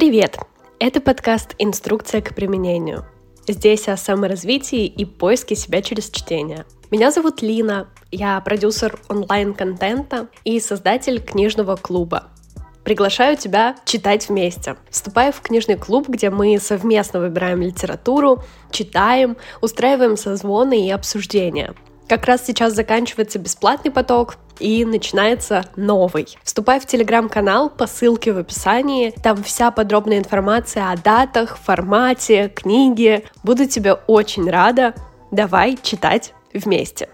Привет! Это подкаст «Инструкция к применению». Здесь о саморазвитии и поиске себя через чтение. Меня зовут Лина, я продюсер онлайн-контента и создатель книжного клуба. Приглашаю тебя читать вместе. Вступай в книжный клуб, где мы совместно выбираем литературу, читаем, устраиваем созвоны и обсуждения. Как раз сейчас заканчивается бесплатный поток и начинается новый. Вступай в телеграм-канал по ссылке в описании. Там вся подробная информация о датах, формате, книге. Буду тебе очень рада. Давай читать вместе.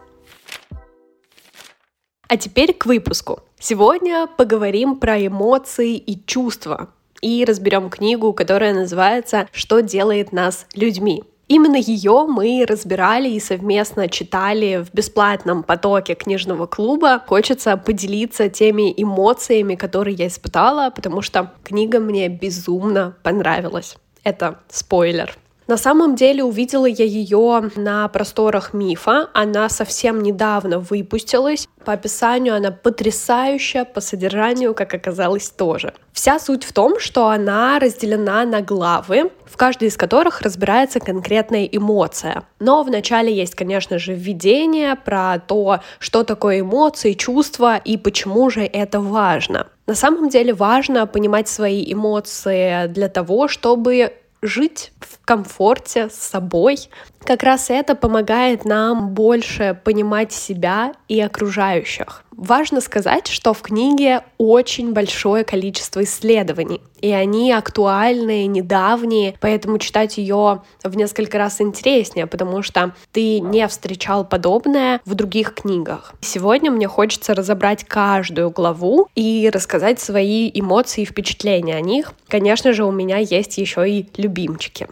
А теперь к выпуску. Сегодня поговорим про эмоции и чувства. И разберем книгу, которая называется «Что делает нас людьми». Именно ее мы разбирали и совместно читали в бесплатном потоке книжного клуба. Хочется поделиться теми эмоциями, которые я испытала, потому что книга мне безумно понравилась. Это спойлер. На самом деле увидела я ее на просторах Мифа, она совсем недавно выпустилась. По описанию она потрясающая, по содержанию, как оказалось, тоже. Вся суть в том, что она разделена на главы, в каждой из которых разбирается конкретная эмоция. Но вначале есть, конечно же, введение про то, что такое эмоции, чувства и почему же это важно. На самом деле важно понимать свои эмоции для того, чтобы жить в комфорте с собой. Как раз это помогает нам больше понимать себя и окружающих. Важно сказать, что в книге очень большое количество исследований, и они актуальные, недавние, поэтому читать ее в несколько раз интереснее, потому что ты не встречал подобное в других книгах. Сегодня мне хочется разобрать каждую главу и рассказать свои эмоции и впечатления о них. Конечно же, у меня есть еще и любимчики.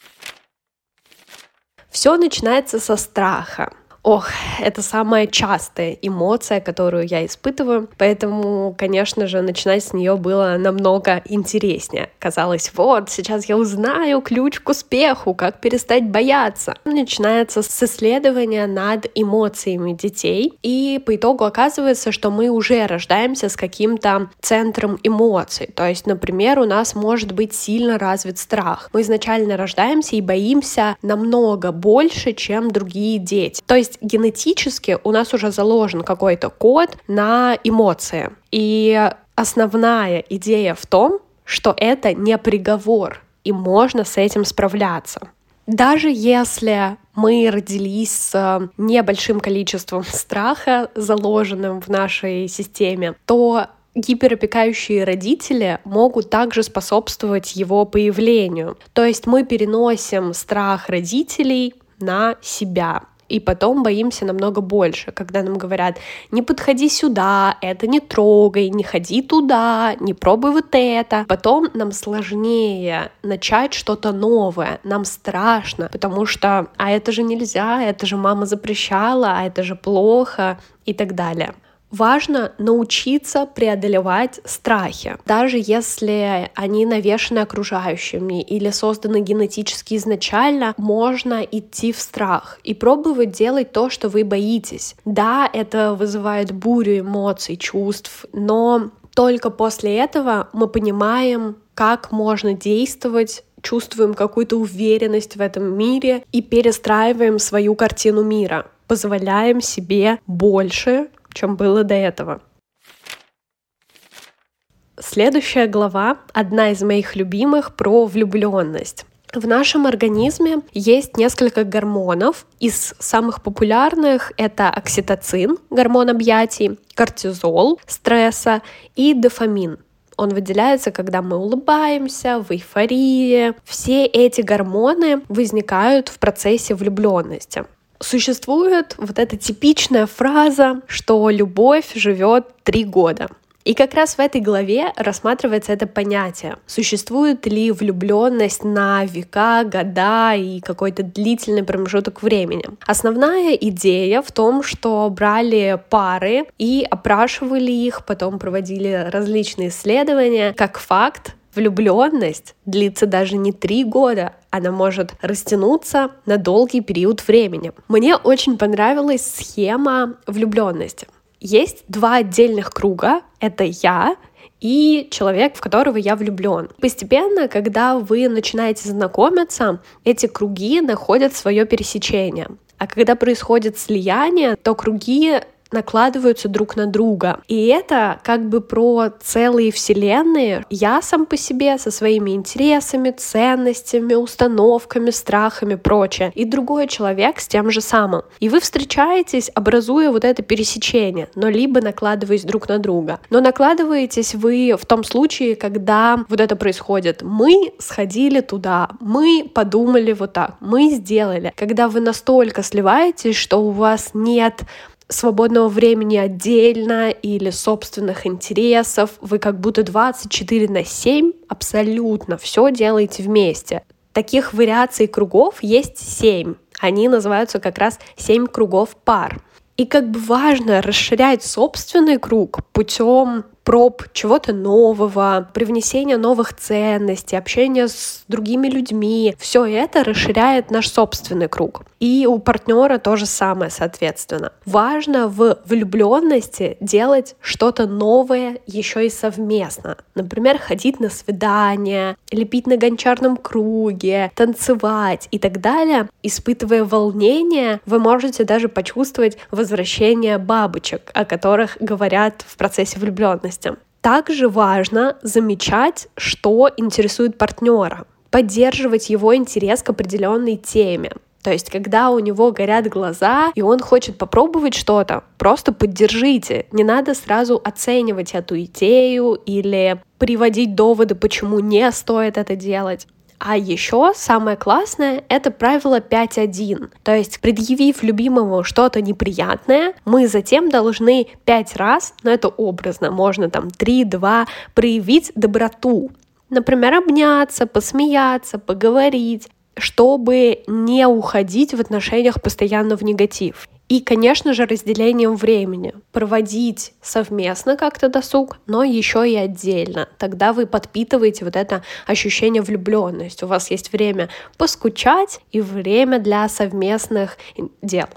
Все начинается со страха. Это самая частая эмоция, которую я испытываю, поэтому, конечно же, начинать с нее было намного интереснее. Казалось, сейчас я узнаю ключ к успеху, как перестать бояться. Начинается с исследования над эмоциями детей, и по итогу оказывается, что мы уже рождаемся с каким-то центром эмоций. То есть, например, у нас может быть сильно развит страх. Мы изначально рождаемся и боимся намного больше, чем другие дети. То есть генетически у нас уже заложен какой-то код на эмоции. И основная идея в том, что это не приговор, и можно с этим справляться. Даже если мы родились с небольшим количеством страха, заложенным в нашей системе, то гиперопекающие родители могут также способствовать его появлению. То есть мы переносим страх родителей на себя. И потом боимся намного больше, когда нам говорят: не подходи сюда, это не трогай, не ходи туда, не пробуй вот это. Потом нам сложнее начать что-то новое, нам страшно, потому что это же нельзя, это же мама запрещала, а это же плохо и так далее. Важно научиться преодолевать страхи, даже если они навешаны окружающими или созданы генетически изначально, можно идти в страх и пробовать делать то, что вы боитесь. Да, это вызывает бурю эмоций, чувств, но только после этого мы понимаем, как можно действовать, чувствуем какую-то уверенность в этом мире и перестраиваем свою картину мира, позволяем себе больше, чем было до этого. Следующая глава, одна из моих любимых, про влюбленность. В нашем организме есть несколько гормонов. Из самых популярных это окситоцин, гормон объятий, кортизол, стресса и дофамин. Он выделяется, когда мы улыбаемся, в эйфории. Все эти гормоны возникают в процессе влюбленности. Существует вот эта типичная фраза, что любовь живет 3 года. И как раз в этой главе рассматривается это понятие. Существует ли влюбленность на века, года и какой-то длительный промежуток времени? Основная идея в том, что брали пары и опрашивали их, потом проводили различные исследования. Как факт, влюбленность длится даже не 3 года, она может растянуться на долгий период времени. Мне очень понравилась схема влюбленности. Есть 2 отдельных круга, это я и человек, в которого я влюблен. Постепенно, когда вы начинаете знакомиться, эти круги находят свое пересечение. А когда происходит слияние, то круги накладываются друг на друга. И это как бы про целые вселенные. Я сам по себе со своими интересами, ценностями, установками, страхами, прочее. И другой человек с тем же самым. И вы встречаетесь, образуя вот это пересечение, но либо накладываясь друг на друга. Но накладываетесь вы в том случае, когда вот это происходит. Мы сходили туда, мы подумали вот так, мы сделали. Когда вы настолько сливаетесь, что у вас нет свободного времени отдельно или собственных интересов, вы как будто 24/7 абсолютно все делаете вместе. Таких вариаций кругов есть 7. Они называются как раз 7 кругов пар. И как бы важно расширять собственный круг путем проб чего-то нового, привнесения новых ценностей, общения с другими людьми. Все это расширяет наш собственный круг. И у партнера то же самое, соответственно. Важно в влюбленности делать что-то новое еще и совместно. Например, ходить на свидания, лепить на гончарном круге, танцевать и так далее. Испытывая волнение, вы можете даже почувствовать возвращение бабочек, о которых говорят в процессе влюбленности. Также важно замечать, что интересует партнера, поддерживать его интерес к определенной теме. То есть, когда у него горят глаза, и он хочет попробовать что-то, просто поддержите. Не надо сразу оценивать эту идею или приводить доводы, почему не стоит это делать. А еще самое классное — это правило 5-1. То есть, предъявив любимому что-то неприятное, мы затем должны 5 раз, но это образно, можно там 3-2, проявить доброту. Например, обняться, посмеяться, поговорить, чтобы не уходить в отношениях постоянно в негатив. И, конечно же, разделением времени. Проводить совместно как-то досуг, но еще и отдельно. Тогда вы подпитываете вот это ощущение влюбленности. У вас есть время поскучать и время для совместных дел.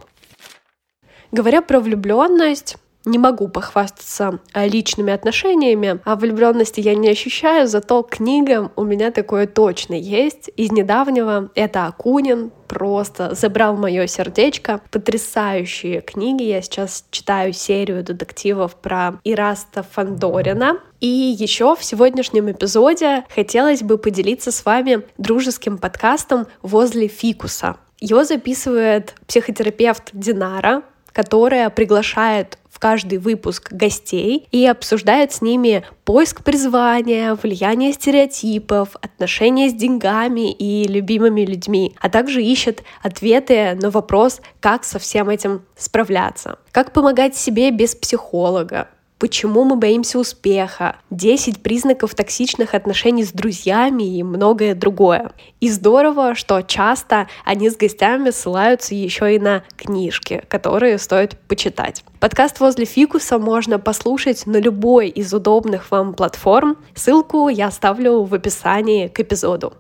Говоря про влюбленность, не могу похвастаться личными отношениями, а влюбленности я не ощущаю, зато книгам у меня такое точно есть. Из недавнего это Акунин, просто забрал мое сердечко. Потрясающие книги. Я сейчас читаю серию детективов про Ираста Фандорина. И еще в сегодняшнем эпизоде хотелось бы поделиться с вами дружеским подкастом «Возле фикуса». Его записывает психотерапевт Динара, которая приглашает в каждый выпуск гостей и обсуждает с ними поиск призвания, влияние стереотипов, отношения с деньгами и любимыми людьми, а также ищет ответы на вопрос, как со всем этим справляться, как помогать себе без психолога, почему мы боимся успеха, 10 признаков токсичных отношений с друзьями и многое другое. И здорово, что часто они с гостями ссылаются еще и на книжки, которые стоит почитать. Подкаст «Возле фикуса» можно послушать на любой из удобных вам платформ. Ссылку я оставлю в описании к эпизоду.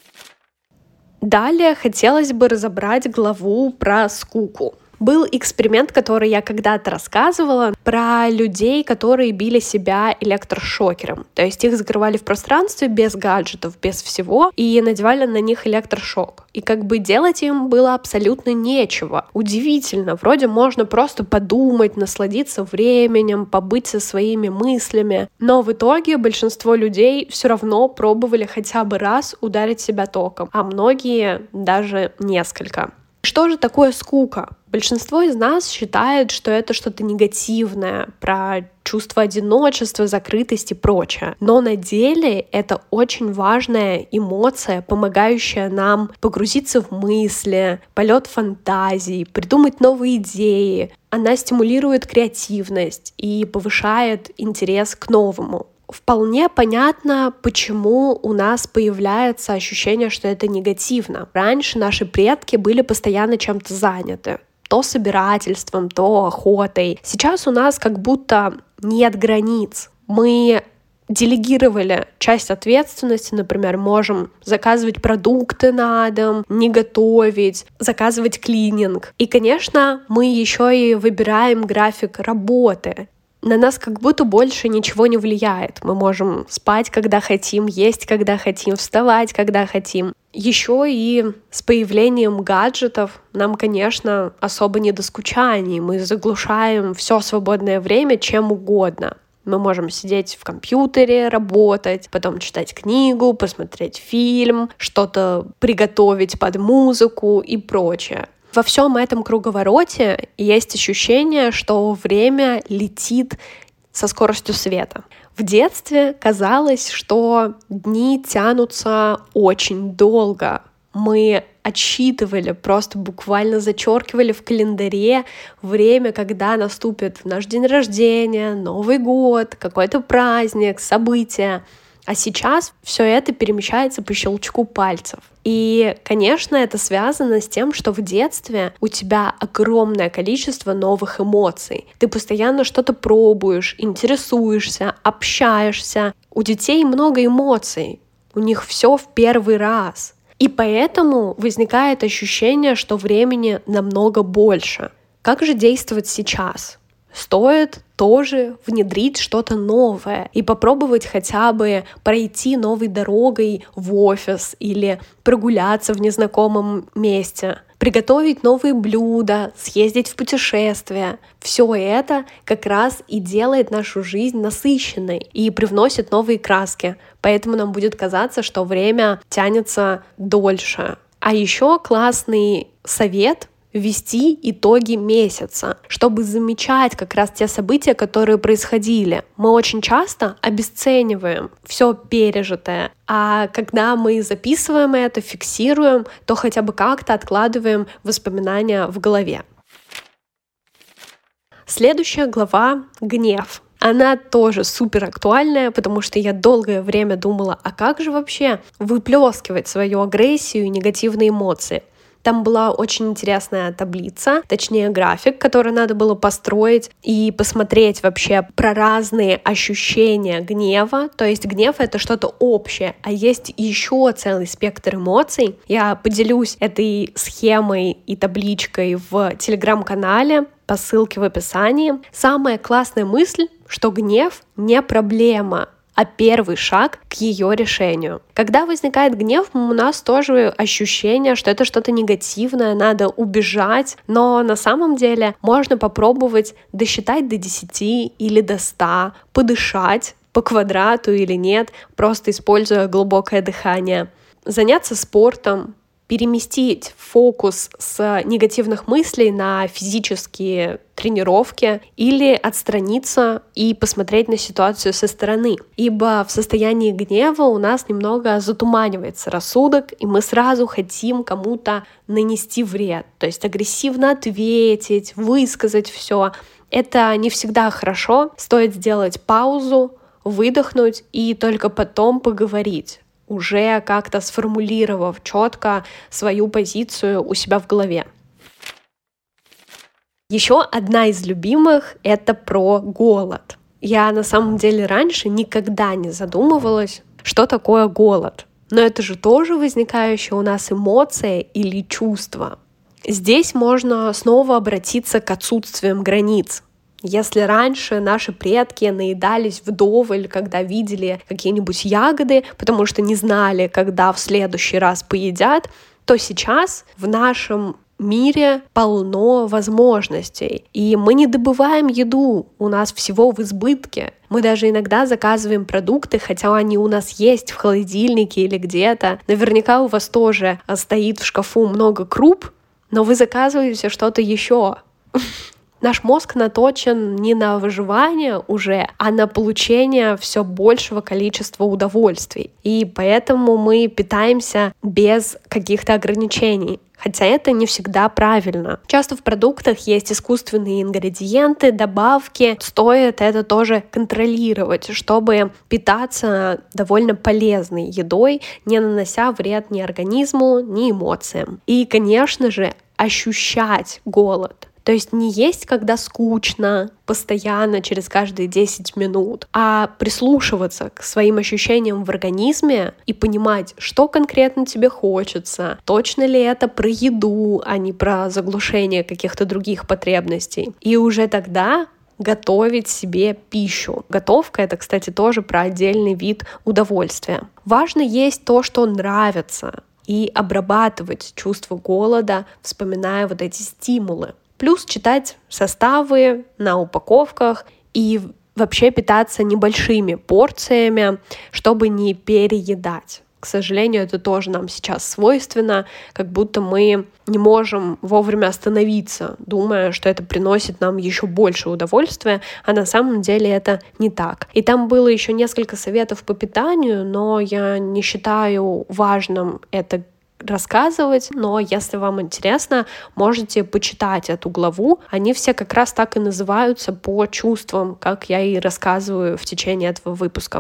Далее хотелось бы разобрать главу про скуку. Был эксперимент, который я когда-то рассказывала, про людей, которые били себя электрошокером. То есть их закрывали в пространстве без гаджетов, без всего, и надевали на них электрошок. И как бы делать им было абсолютно нечего. Удивительно, вроде можно просто подумать, насладиться временем, побыть со своими мыслями. Но в итоге большинство людей все равно пробовали хотя бы раз ударить себя током, а многие даже несколько. Что же такое скука? Большинство из нас считает, что это что-то негативное, про чувство одиночества, закрытость и прочее. Но на деле это очень важная эмоция, помогающая нам погрузиться в мысли, полет фантазий, придумать новые идеи. Она стимулирует креативность и повышает интерес к новому. Вполне понятно, почему у нас появляется ощущение, что это негативно. Раньше наши предки были постоянно чем-то заняты. То собирательством, то охотой. Сейчас у нас как будто нет границ. Мы делегировали часть ответственности, например, можем заказывать продукты на дом, не готовить, заказывать клининг. И, конечно, мы еще и выбираем график работы. на нас как будто больше ничего не влияет. Мы можем спать, когда хотим, есть, когда хотим, вставать, когда хотим. Еще и с появлением гаджетов нам, конечно, особо не до скучаний. Мы заглушаем все свободное время чем угодно. Мы можем сидеть в компьютере, работать, потом читать книгу, посмотреть фильм, что-то приготовить под музыку и прочее. Во всем этом круговороте есть ощущение, что время летит со скоростью света. В детстве казалось, что дни тянутся очень долго. Мы отсчитывали, просто буквально зачеркивали в календаре время, когда наступит наш день рождения, Новый год, какой-то праздник, событие. А сейчас все это перемещается по щелчку пальцев. И, конечно, это связано с тем, что в детстве у тебя огромное количество новых эмоций. Ты постоянно что-то пробуешь, интересуешься, общаешься. У детей много эмоций, у них все в первый раз. И поэтому возникает ощущение, что времени намного больше. Как же действовать сейчас? Стоит тоже внедрить что-то новое и попробовать хотя бы пройти новой дорогой в офис или прогуляться в незнакомом месте, приготовить новые блюда, съездить в путешествие. Все это как раз и делает нашу жизнь насыщенной и привносит новые краски. Поэтому нам будет казаться, что время тянется дольше. А еще классный совет — вести итоги месяца, чтобы замечать как раз те события, которые происходили. Мы очень часто обесцениваем все пережитое, а когда мы записываем это, фиксируем, то хотя бы как-то откладываем воспоминания в голове. Следующая глава — гнев. Она тоже супер актуальная, потому что я долгое время думала, а как же вообще выплескивать свою агрессию и негативные эмоции? Там была очень интересная таблица, точнее график, который надо было построить и посмотреть вообще про разные ощущения гнева. То есть гнев — это что-то общее, а есть еще целый спектр эмоций. Я поделюсь этой схемой и табличкой в телеграм-канале по ссылке в описании. Самая классная мысль, что гнев не проблема, а первый шаг к ее решению. Когда возникает гнев, у нас тоже ощущение, что это что-то негативное, надо убежать, но на самом деле можно попробовать досчитать до 10 или до 100, подышать по квадрату или нет, просто используя глубокое дыхание, заняться спортом, переместить фокус с негативных мыслей на физические тренировки или отстраниться и посмотреть на ситуацию со стороны. Ибо в состоянии гнева у нас немного затуманивается рассудок, и мы сразу хотим кому-то нанести вред, то есть агрессивно ответить, высказать все. Это не всегда хорошо, стоит сделать паузу, выдохнуть и только потом поговорить, уже как-то сформулировав четко свою позицию у себя в голове. Еще одна из любимых — это про голод. Я на самом деле раньше никогда не задумывалась, что такое голод. Но это же тоже возникающая у нас эмоция или чувство. Здесь можно снова обратиться к отсутствиям границ. Если раньше наши предки наедались вдоволь, когда видели какие-нибудь ягоды, потому что не знали, когда в следующий раз поедят, то сейчас в нашем мире полно возможностей, и мы не добываем еду, у нас всего в избытке. Мы даже иногда заказываем продукты, хотя они у нас есть в холодильнике или где-то. Наверняка у вас тоже стоит в шкафу много круп, но вы заказываете что-то еще. Наш мозг наточен не на выживание уже, а на получение все большего количества удовольствий. И поэтому мы питаемся без каких-то ограничений. Хотя это не всегда правильно. Часто в продуктах есть искусственные ингредиенты, добавки. Стоит это тоже контролировать, чтобы питаться довольно полезной едой, не нанося вред ни организму, ни эмоциям. И, конечно же, ощущать голод. То есть не есть, когда скучно, постоянно, через каждые 10 минут, а прислушиваться к своим ощущениям в организме и понимать, что конкретно тебе хочется, точно ли это про еду, а не про заглушение каких-то других потребностей. И уже тогда готовить себе пищу. Готовка — это, кстати, тоже про отдельный вид удовольствия. Важно есть то, что нравится, и обрабатывать чувство голода, вспоминая вот эти стимулы. Плюс читать составы на упаковках и вообще питаться небольшими порциями, чтобы не переедать. К сожалению, это тоже нам сейчас свойственно, как будто мы не можем вовремя остановиться, думая, что это приносит нам еще больше удовольствия, а на самом деле это не так. И там было еще несколько советов по питанию, но я не считаю важным это рассказывать, но если вам интересно, можете почитать эту главу. Они все как раз так и называются по чувствам, как я и рассказываю в течение этого выпуска.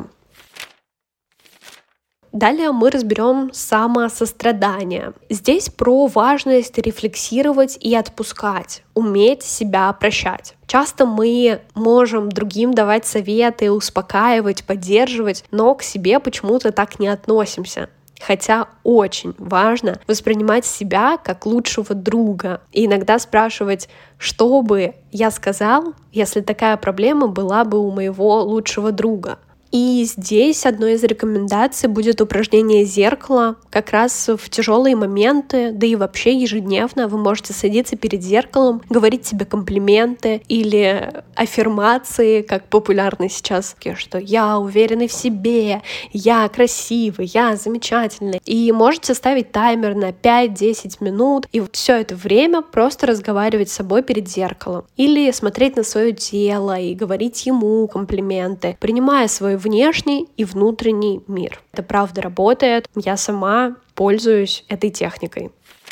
Далее мы разберем самосострадание. Здесь про важность рефлексировать и отпускать, уметь себя прощать. Часто мы можем другим давать советы, успокаивать, поддерживать, но к себе почему-то так не относимся. Хотя очень важно воспринимать себя как лучшего друга и иногда спрашивать, что бы я сказал, если такая проблема была бы у моего лучшего друга. И здесь одной из рекомендаций будет упражнение зеркала. Как раз в тяжелые моменты, да и вообще ежедневно вы можете садиться перед зеркалом, говорить себе комплименты или аффирмации, как популярны сейчас, что я уверенный в себе, я красивый, я замечательный. И можете ставить таймер на 5-10 минут и все это время просто разговаривать с собой перед зеркалом. Или смотреть на свое тело и говорить ему комплименты, принимая свой внешний и внутренний мир. Это правда работает. Я сама пользуюсь этой техникой.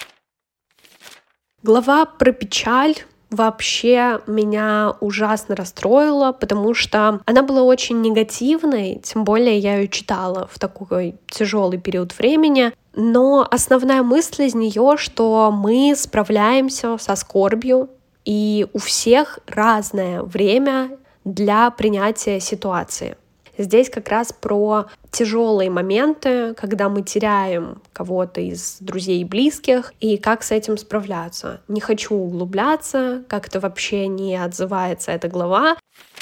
Глава про печаль вообще меня ужасно расстроила, потому что она была очень негативной, тем более я ее читала в такой тяжелый период времени. Но основная мысль из нее, что мы справляемся со скорбью, и у всех разное время для принятия ситуации. Здесь как раз про тяжелые моменты, когда мы теряем кого-то из друзей и близких, и как с этим справляться. Не хочу углубляться, как-то вообще не отзывается эта глава.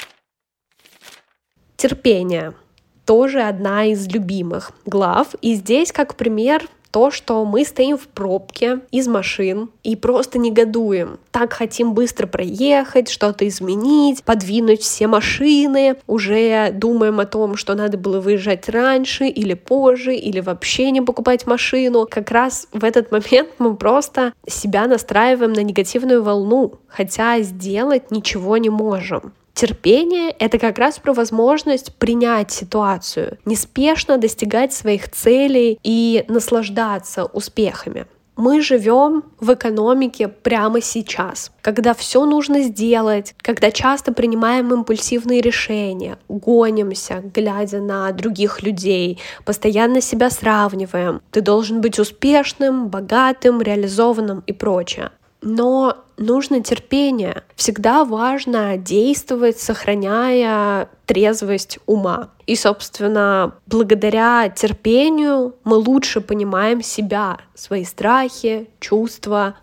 Терпение. Тоже одна из любимых глав. И здесь как пример то, что мы стоим в пробке из машин и просто негодуем. Так хотим быстро проехать, что-то изменить, подвинуть все машины, уже думаем о том, что надо было выезжать раньше или позже, или вообще не покупать машину. Как раз в этот момент мы просто себя настраиваем на негативную волну, хотя сделать ничего не можем. Терпение — это как раз про возможность принять ситуацию, неспешно достигать своих целей и наслаждаться успехами. Мы живем в экономике прямо сейчас, когда все нужно сделать, когда часто принимаем импульсивные решения, гонимся, глядя на других людей, постоянно себя сравниваем. Ты должен быть успешным, богатым, реализованным и прочее. Но нужно терпение. Всегда важно действовать, сохраняя трезвость ума. И, собственно, благодаря терпению мы лучше понимаем себя, свои страхи, чувства.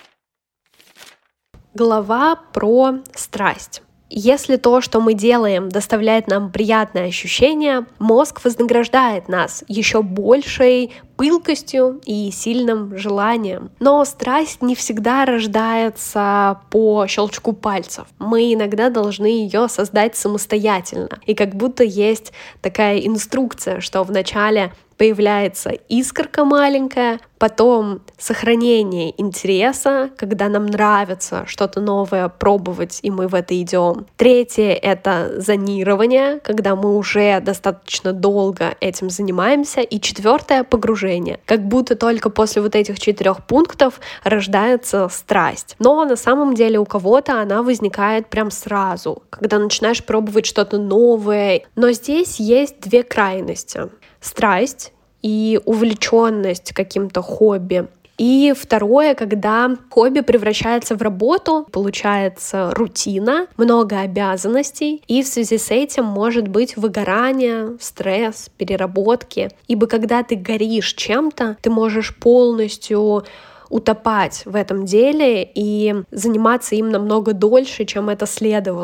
Глава про страсть. Если то, что мы делаем, доставляет нам приятное ощущение, мозг вознаграждает нас еще большей пылкостью и сильным желанием. Но страсть не всегда рождается по щелчку пальцев. Мы иногда должны ее создать самостоятельно. И как будто есть такая инструкция, что вначале появляется искорка маленькая, потом сохранение интереса, когда нам нравится что-то новое пробовать, и мы в это идем. Третье — это зонирование, когда мы уже достаточно долго этим занимаемся. И четвертое — погружение. Как будто только после вот этих 4 пунктов рождается страсть. Но на самом деле у кого-то она возникает прям сразу, когда начинаешь пробовать что-то новое. Но здесь есть 2 крайности. Страсть и увлеченность каким-то хобби. И второе, когда хобби превращается в работу, получается рутина, много обязанностей, и в связи с этим может быть выгорание, стресс, переработки. Ибо когда ты горишь чем-то, ты можешь полностью утопать в этом деле и заниматься им намного дольше, чем это следовало.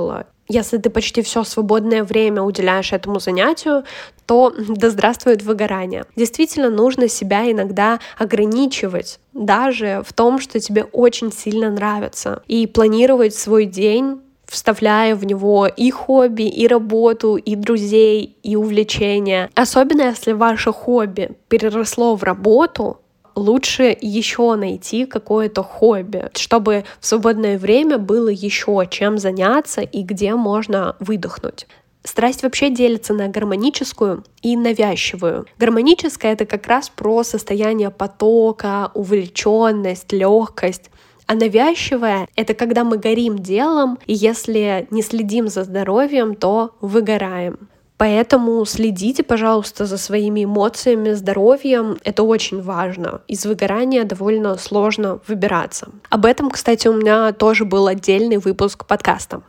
Если ты почти все свободное время уделяешь этому занятию, то да здравствует выгорание. Действительно, нужно себя иногда ограничивать, даже в том, что тебе очень сильно нравится, и планировать свой день, вставляя в него и хобби, и работу, и друзей, и увлечения. Особенно если ваше хобби переросло в работу, лучше еще найти какое-то хобби, чтобы в свободное время было еще чем заняться и где можно выдохнуть. Страсть вообще делится на гармоническую и навязчивую. Гармоническая — это как раз про состояние потока, увлеченность, легкость. А навязчивая — это когда мы горим делом, и если не следим за здоровьем, то выгораем. Поэтому следите, пожалуйста, за своими эмоциями, здоровьем. Это очень важно. Из выгорания довольно сложно выбираться. Об этом, кстати, у меня тоже был отдельный выпуск подкаста.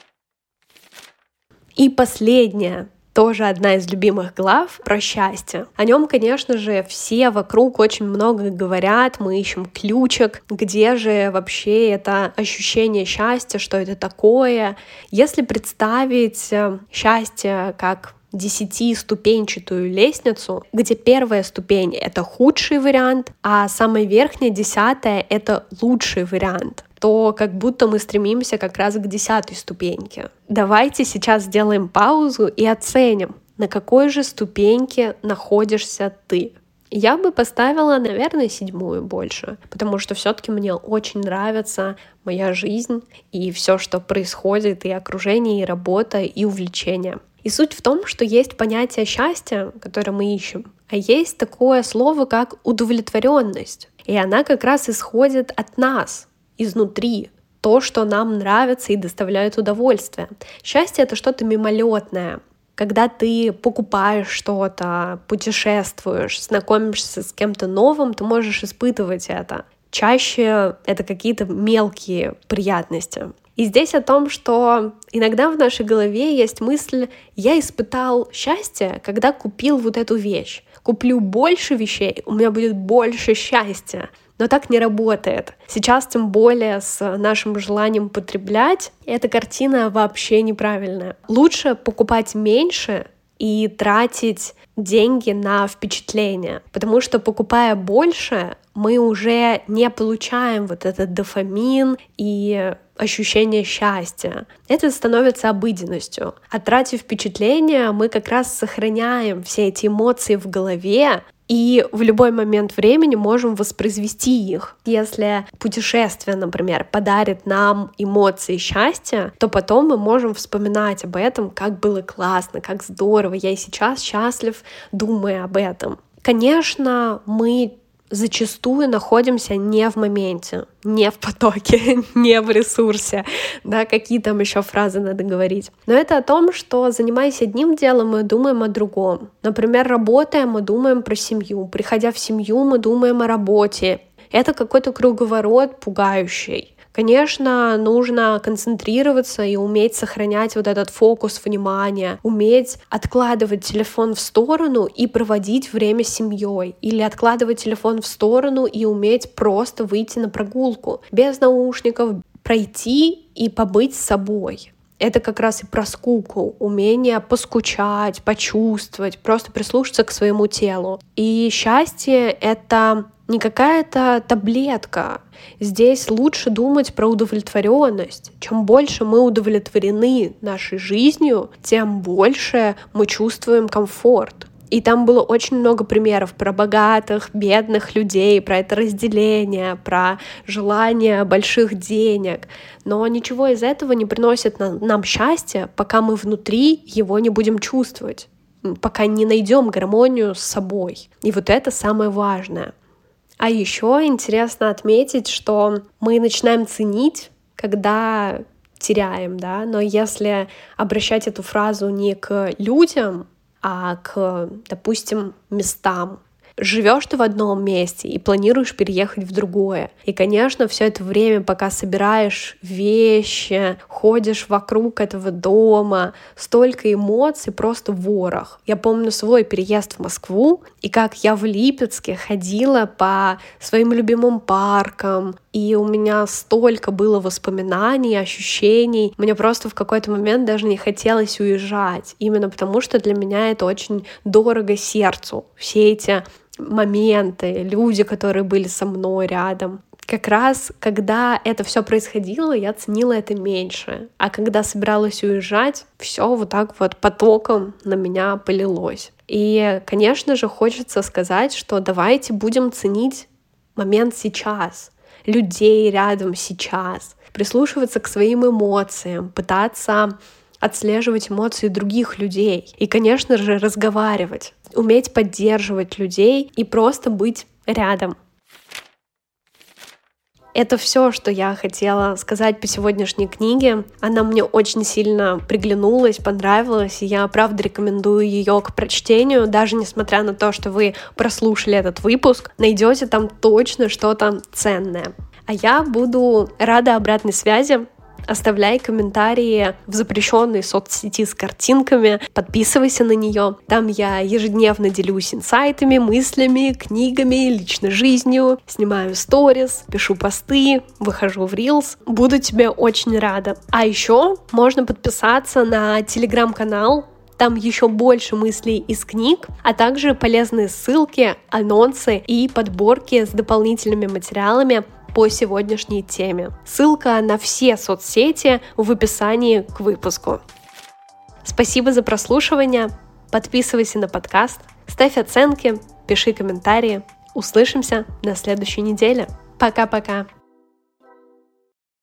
И последнее. Тоже одна из любимых глав про счастье. О нем, конечно же, все вокруг очень много говорят, мы ищем ключик, где же вообще это ощущение счастья, что это такое. Если представить счастье как 10-ступенчатую лестницу, где первая ступень — это худший вариант, а самая верхняя, 10-я — это лучший вариант, то как будто мы стремимся как раз к 10-й ступеньке. Давайте сейчас сделаем паузу и оценим, на какой же ступеньке находишься ты. Я бы поставила, наверное, 7-ю больше, потому что все-таки мне очень нравится моя жизнь и все, что происходит, и окружение, и работа, и увлечения. И суть в том, что есть понятие счастья, которое мы ищем, а есть такое слово, как удовлетворенность. И она как раз исходит от нас, изнутри, то, что нам нравится и доставляет удовольствие. Счастье — это что-то мимолетное. Когда ты покупаешь что-то, путешествуешь, знакомишься с кем-то новым, ты можешь испытывать это. Чаще это какие-то мелкие приятности. И здесь о том, что иногда в нашей голове есть мысль: я испытал счастье, когда купил вот эту вещь. Куплю больше вещей, у меня будет больше счастья. Но так не работает. Сейчас, тем более, с нашим желанием потреблять, эта картина вообще неправильная. Лучше покупать меньше и тратить деньги на впечатления, потому что, покупая больше, мы уже не получаем вот этот дофамин и ощущение счастья. Это становится обыденностью. А тратя впечатления, мы как раз сохраняем все эти эмоции в голове, и в любой момент времени можем воспроизвести их. Если путешествие, например, подарит нам эмоции счастья, то потом мы можем вспоминать об этом, как было классно, как здорово, я и сейчас счастлив, думая об этом. Конечно, мы зачастую находимся не в моменте, не в потоке, не в ресурсе, да, какие там еще фразы надо говорить. Но это о том, что, занимаясь одним делом, мы думаем о другом. Например, работая, мы думаем про семью, приходя в семью, мы думаем о работе. Это какой-то круговорот пугающий. Конечно, нужно концентрироваться и уметь сохранять вот этот фокус внимания, уметь откладывать телефон в сторону и проводить время с семьей, или откладывать телефон в сторону и уметь просто выйти на прогулку, без наушников, пройти и побыть с собой. Это как раз и про скуку, умение поскучать, почувствовать, просто прислушаться к своему телу. И счастье — это не какая-то таблетка. Здесь лучше думать про удовлетворенность. Чем больше мы удовлетворены нашей жизнью, тем больше мы чувствуем комфорт. И там было очень много примеров про богатых, бедных людей, про это разделение, про желание больших денег. Но ничего из этого не приносит нам счастья, пока мы внутри его не будем чувствовать, пока не найдем гармонию с собой. И вот это самое важное. А еще интересно отметить, что мы начинаем ценить, когда теряем, да, но если обращать эту фразу не к людям, а к, допустим, местам, живешь ты в одном месте и планируешь переехать в другое. И, конечно, все это время, пока собираешь вещи, ходишь вокруг этого дома, столько эмоций, просто ворох. Я помню свой переезд в Москву, и как я в Липецке ходила по своим любимым паркам, и у меня столько было воспоминаний, ощущений. Мне просто в какой-то момент даже не хотелось уезжать, именно потому что для меня это очень дорого сердцу. Все эти моменты, люди, которые были со мной рядом. Как раз, когда это все происходило, я ценила это меньше. А когда собиралась уезжать, все вот так вот потоком на меня полилось. И, конечно же, хочется сказать, что давайте будем ценить момент сейчас, людей рядом сейчас, прислушиваться к своим эмоциям, пытаться отслеживать эмоции других людей и, конечно же, разговаривать, уметь поддерживать людей и просто быть рядом. Это все, что я хотела сказать по сегодняшней книге. Она мне очень сильно приглянулась, понравилась, и я, правда, рекомендую ее к прочтению, даже несмотря на то, что вы прослушали этот выпуск, найдете там точно что-то ценное. А я буду рада обратной связи. Оставляй комментарии в запрещенной соцсети с картинками, подписывайся на нее. Там я ежедневно делюсь инсайтами, мыслями, книгами, личной жизнью, снимаю сторис, пишу посты, выхожу в Reels. Буду тебе очень рада. А еще можно подписаться на телеграм-канал. Там еще больше мыслей из книг, а также полезные ссылки, анонсы и подборки с дополнительными материалами по сегодняшней теме. Ссылка на все соцсети в описании к выпуску. Спасибо за прослушивание. Подписывайся на подкаст, ставь оценки, пиши комментарии. Услышимся на следующей неделе. Пока-пока.